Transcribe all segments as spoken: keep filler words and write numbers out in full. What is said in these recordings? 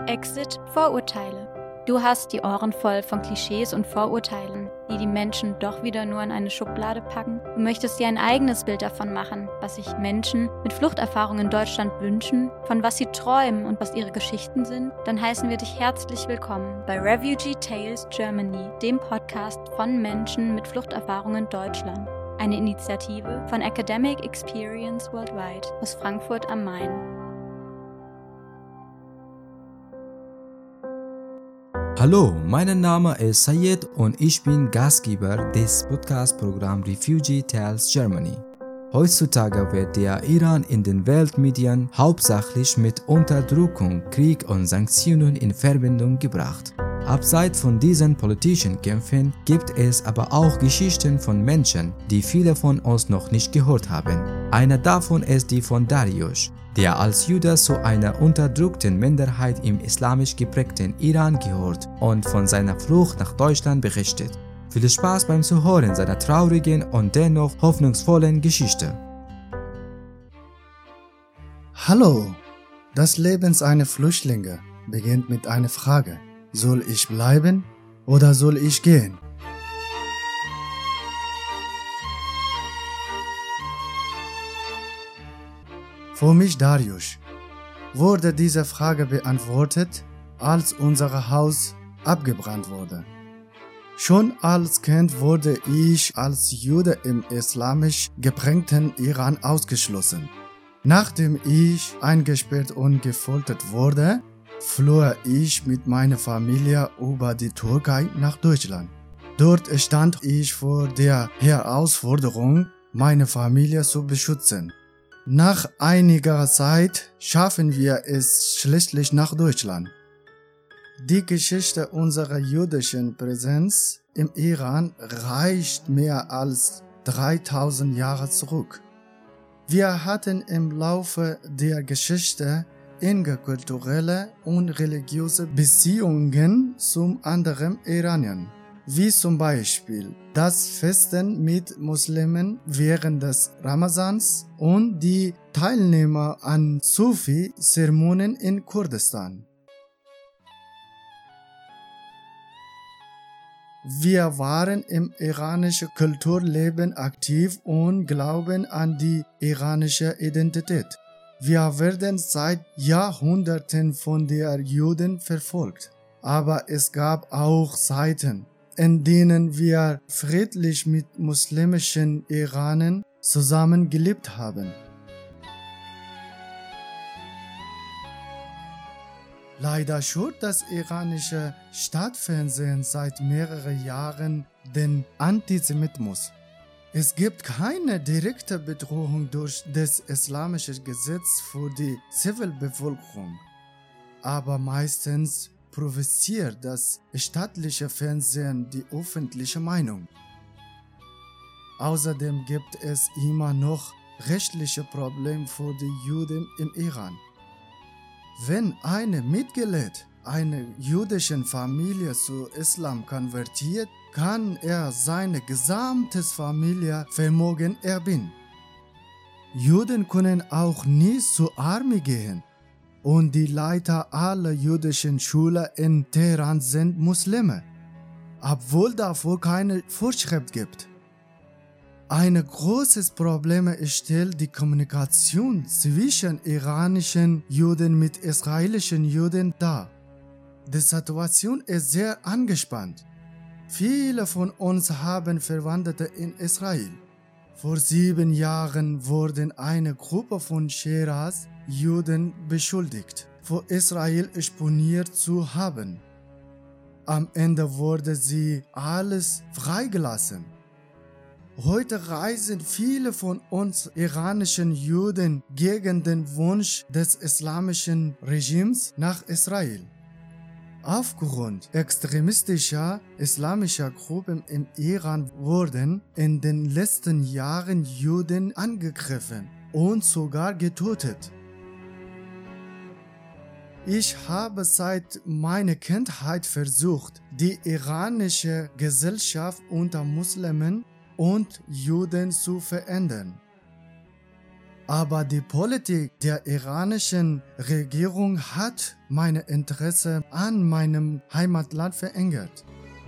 Exit Vorurteile. Du hast die Ohren voll von Klischees und Vorurteilen, die die Menschen doch wieder nur in eine Schublade packen. Du möchtest dir ein eigenes Bild davon machen, was sich Menschen mit Fluchterfahrung in Deutschland wünschen, von was sie träumen und was ihre Geschichten sind? Dann heißen wir dich herzlich willkommen bei Refugee Tales Germany, dem Podcast von Menschen mit Fluchterfahrung in Deutschland. Eine Initiative von Academic Experience Worldwide aus Frankfurt am Main. Hallo, mein Name ist Sayed und ich bin Gastgeber des Podcast-Programms Refugee Tales Germany. Heutzutage wird der Iran in den Weltmedien hauptsächlich mit Unterdrückung, Krieg und Sanktionen in Verbindung gebracht. Abseits von diesen politischen Kämpfen gibt es aber auch Geschichten von Menschen, die viele von uns noch nicht gehört haben. Eine davon ist die von Dariush, der als Jude zu einer unterdrückten Minderheit im islamisch geprägten Iran gehört und von seiner Flucht nach Deutschland berichtet. Viel Spaß beim Zuhören seiner traurigen und dennoch hoffnungsvollen Geschichte. Hallo, das Leben eines Flüchtlings beginnt mit einer Frage. Soll ich bleiben oder soll ich gehen? Für mich, Dariush, wurde diese Frage beantwortet, als unser Haus abgebrannt wurde. Schon als Kind wurde ich als Jude im islamisch geprägten Iran ausgeschlossen. Nachdem ich eingesperrt und gefoltert wurde, floh ich mit meiner Familie über die Türkei nach Deutschland. Dort stand ich vor der Herausforderung, meine Familie zu beschützen. Nach einiger Zeit schaffen wir es schließlich nach Deutschland. Die Geschichte unserer jüdischen Präsenz im Iran reicht mehr als dreitausend Jahre zurück. Wir hatten im Laufe der Geschichte enge kulturelle und religiöse Beziehungen zum anderen Iranien, wie zum Beispiel das Festen mit Muslimen während des Ramazans und die Teilnehmer an Sufi-Zeremonien in Kurdistan. Wir waren im iranischen Kulturleben aktiv und glauben an die iranische Identität. Wir werden seit Jahrhunderten von den Juden verfolgt, aber es gab auch Zeiten, in denen wir friedlich mit muslimischen Iranern zusammengelebt haben. Leider schürt das iranische Staatsfernsehen seit mehreren Jahren den Antisemitismus. Es gibt keine direkte Bedrohung durch das islamische Gesetz für die Zivilbevölkerung, aber meistens provoziert das staatliche Fernsehen die öffentliche Meinung. Außerdem gibt es immer noch rechtliche Probleme für die Juden im Iran. Wenn ein Mitglied einer jüdischen Familie zu Islam konvertiert, kann er seine gesamte Familienvermögen erben. Juden können auch nie zur Armee gehen. Und die Leiter aller jüdischen Schulen in Teheran sind Muslime, obwohl dafür keine Vorschrift gibt. Ein großes Problem stellt die Kommunikation zwischen iranischen Juden mit israelischen Juden dar. Die Situation ist sehr angespannt. Viele von uns haben Verwandte in Israel. Vor sieben Jahren wurden eine Gruppe von Shiraz Juden beschuldigt, vor Israel spioniert zu haben. Am Ende wurde sie alles freigelassen. Heute reisen viele von uns iranischen Juden gegen den Wunsch des islamischen Regimes nach Israel. Aufgrund extremistischer islamischer Gruppen im Iran wurden in den letzten Jahren Juden angegriffen und sogar getötet. Ich habe seit meiner Kindheit versucht, die iranische Gesellschaft unter Muslimen und Juden zu verändern. Aber die Politik der iranischen Regierung hat meine Interesse an meinem Heimatland verengert.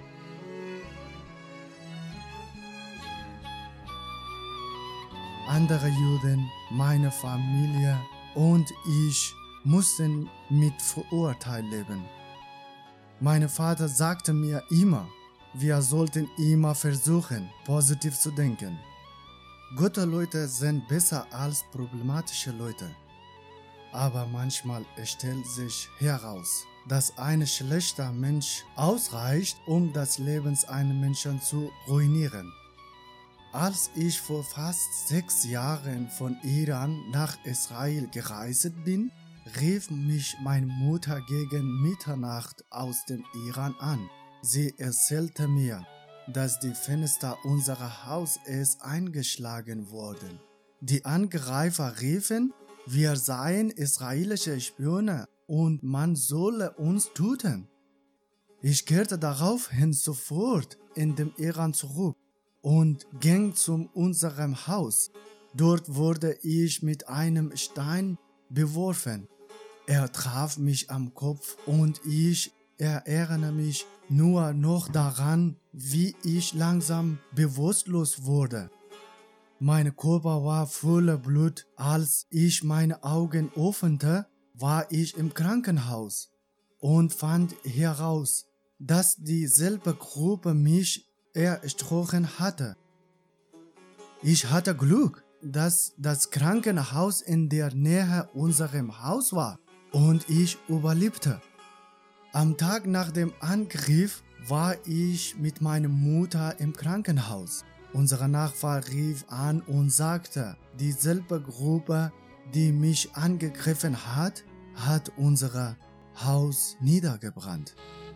Andere Juden, meine Familie und ich mussten mit Vorurteilen leben. Mein Vater sagte mir immer, wir sollten immer versuchen, positiv zu denken. Gute Leute sind besser als problematische Leute. Aber manchmal stellt sich heraus, dass ein schlechter Mensch ausreicht, um das Leben eines Menschen zu ruinieren. Als ich vor fast sechs Jahren von Iran nach Israel gereist bin, rief mich meine Mutter gegen Mitternacht aus dem Iran an. Sie erzählte mir, dass die Fenster unseres Hauses eingeschlagen wurden. Die Angreifer riefen, wir seien israelische Spione und man solle uns töten. Ich kehrte daraufhin sofort in den Iran zurück und ging zu unserem Haus. Dort wurde ich mit einem Stein beworfen. Er traf mich am Kopf und ich erinnere mich nur noch daran, wie ich langsam bewusstlos wurde. Mein Körper war voller Blut. Als ich meine Augen öffnete, war ich im Krankenhaus und fand heraus, dass dieselbe Gruppe mich erstochen hatte. Ich hatte Glück, dass das Krankenhaus in der Nähe unserem Haus war und ich überlebte. Am Tag nach dem Angriff war ich mit meiner Mutter im Krankenhaus. Unser Nachbar rief an und sagte, dieselbe Gruppe, die mich angegriffen hat, hat unser Haus niedergebrannt.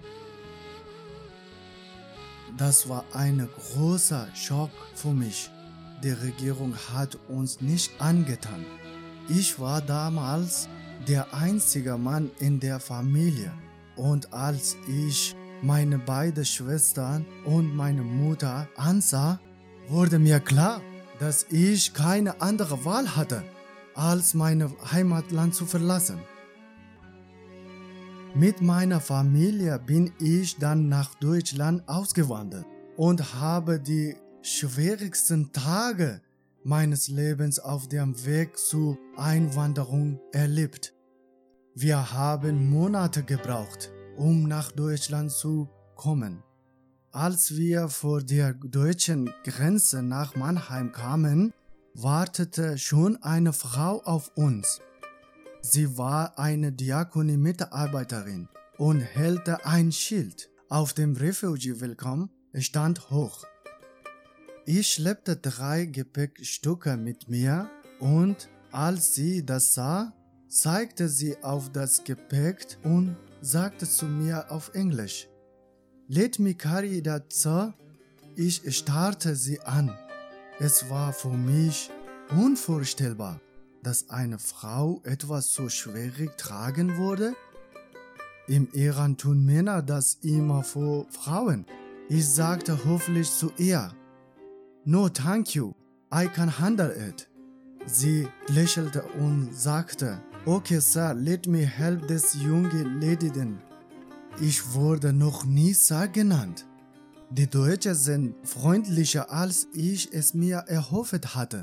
Das war ein großer Schock für mich. Die Regierung hat uns nicht angetan. Ich war damals der einzige Mann in der Familie. Und als ich meine beiden Schwestern und meine Mutter ansah, wurde mir klar, dass ich keine andere Wahl hatte, als mein Heimatland zu verlassen. Mit meiner Familie bin ich dann nach Deutschland ausgewandert und habe die schwierigsten Tage meines Lebens auf dem Weg zur Einwanderung erlebt. Wir haben Monate gebraucht, um nach Deutschland zu kommen. Als wir vor der deutschen Grenze nach Mannheim kamen, wartete schon eine Frau auf uns. Sie war eine Diakonie-Mitarbeiterin und hält ein Schild. Auf dem Refugee Welcome stand hoch. Ich schleppte drei Gepäckstücke mit mir und als sie das sah, zeigte sie auf das Gepäck und sagte zu mir auf Englisch, "Let me carry that, sir." Ich starrte sie an. Es war für mich unvorstellbar, dass eine Frau etwas so schwierig tragen würde. Im Iran tun Männer das immer für Frauen. Ich sagte höflich zu ihr, "No, thank you, I can handle it." Sie lächelte und sagte, "Okay, Sir, let me help this junge lady then." Ich wurde noch nie Sir genannt. Die Deutschen sind freundlicher, als ich es mir erhofft hatte.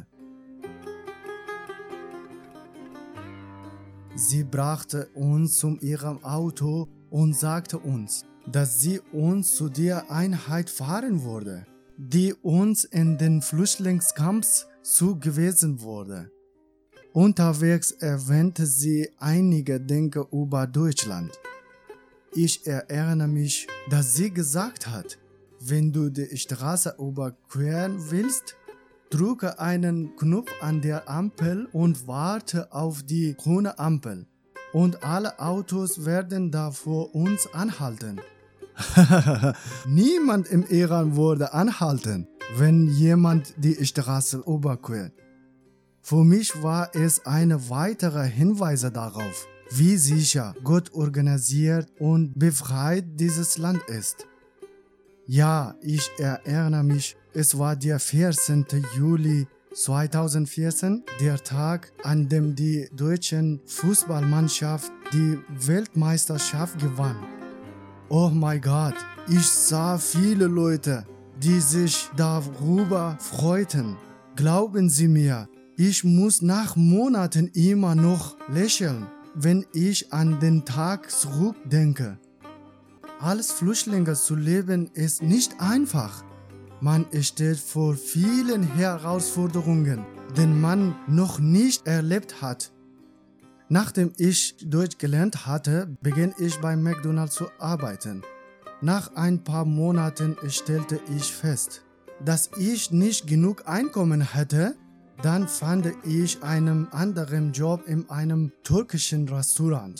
Sie brachte uns zu ihrem Auto und sagte uns, dass sie uns zu der Einheit fahren würde, die uns in den Flüchtlingscamps zugewiesen wurde. Unterwegs erwähnte sie einige Dinge über Deutschland. Ich erinnere mich, dass sie gesagt hat, wenn du die Straße überqueren willst, drücke einen Knopf an der Ampel und warte auf die grüne Ampel. Und alle Autos werden da vor uns anhalten. Niemand im Iran würde anhalten, wenn jemand die Straße überquert. Für mich war es ein weiterer Hinweis darauf, wie sicher, Gott organisiert und befreit dieses Land ist. Ja, ich erinnere mich, es war der vierzehnten Juli zweitausendvierzehn, der Tag, an dem die deutsche Fußballmannschaft die Weltmeisterschaft gewann. Oh mein Gott, ich sah viele Leute, die sich darüber freuten. Glauben Sie mir, ich muss nach Monaten immer noch lächeln, wenn ich an den Tag zurückdenke. Als Flüchtlinge zu leben ist nicht einfach. Man steht vor vielen Herausforderungen, die man noch nicht erlebt hat. Nachdem ich Deutsch gelernt hatte, begann ich bei McDonald's zu arbeiten. Nach ein paar Monaten stellte ich fest, dass ich nicht genug Einkommen hätte. Dann fand ich einen anderen Job in einem türkischen Restaurant.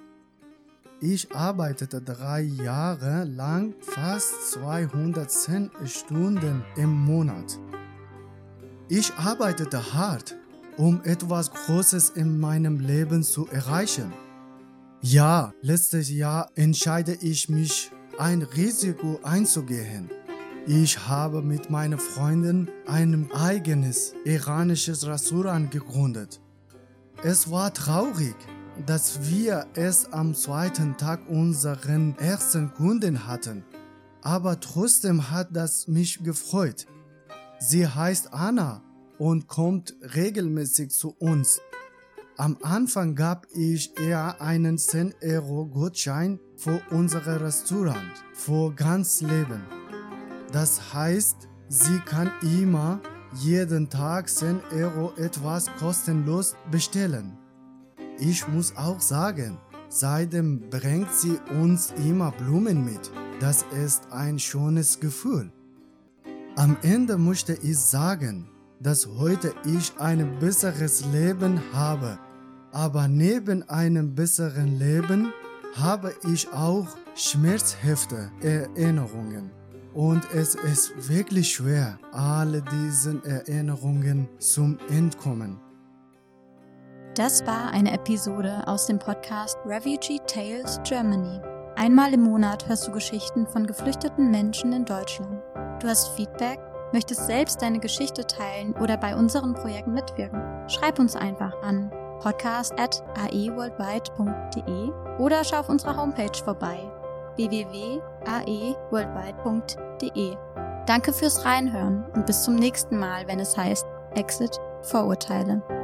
Ich arbeitete drei Jahre lang fast zweihundertzehn Stunden im Monat. Ich arbeitete hart, um etwas Großes in meinem Leben zu erreichen. Ja, letztes Jahr entscheide ich mich, ein Risiko einzugehen. Ich habe mit meinen Freunden ein eigenes iranisches Restaurant gegründet. Es war traurig, dass wir es am zweiten Tag unseren ersten Kunden hatten. Aber trotzdem hat das mich gefreut. Sie heißt Anna und kommt regelmäßig zu uns. Am Anfang gab ich ihr einen zehn Euro Gutschein für unser Restaurant für ganz Leben. Das heißt, sie kann immer jeden Tag zehn Euro etwas kostenlos bestellen. Ich muss auch sagen, seitdem bringt sie uns immer Blumen mit. Das ist ein schönes Gefühl. Am Ende möchte ich sagen, dass heute ich ein besseres Leben habe. Aber neben einem besseren Leben habe ich auch schmerzhafte Erinnerungen. Und es ist wirklich schwer, alle diesen Erinnerungen zu entkommen. Das war eine Episode aus dem Podcast Refugee Tales Germany. Einmal im Monat hörst du Geschichten von geflüchteten Menschen in Deutschland. Du hast Feedback, möchtest selbst deine Geschichte teilen oder bei unseren Projekten mitwirken? Schreib uns einfach an podcast at a e worldwide punkt de oder schau auf unserer Homepage vorbei w w w punkt a e worldwide punkt de. Danke fürs Reinhören und bis zum nächsten Mal, wenn es heißt Exit Vorurteile.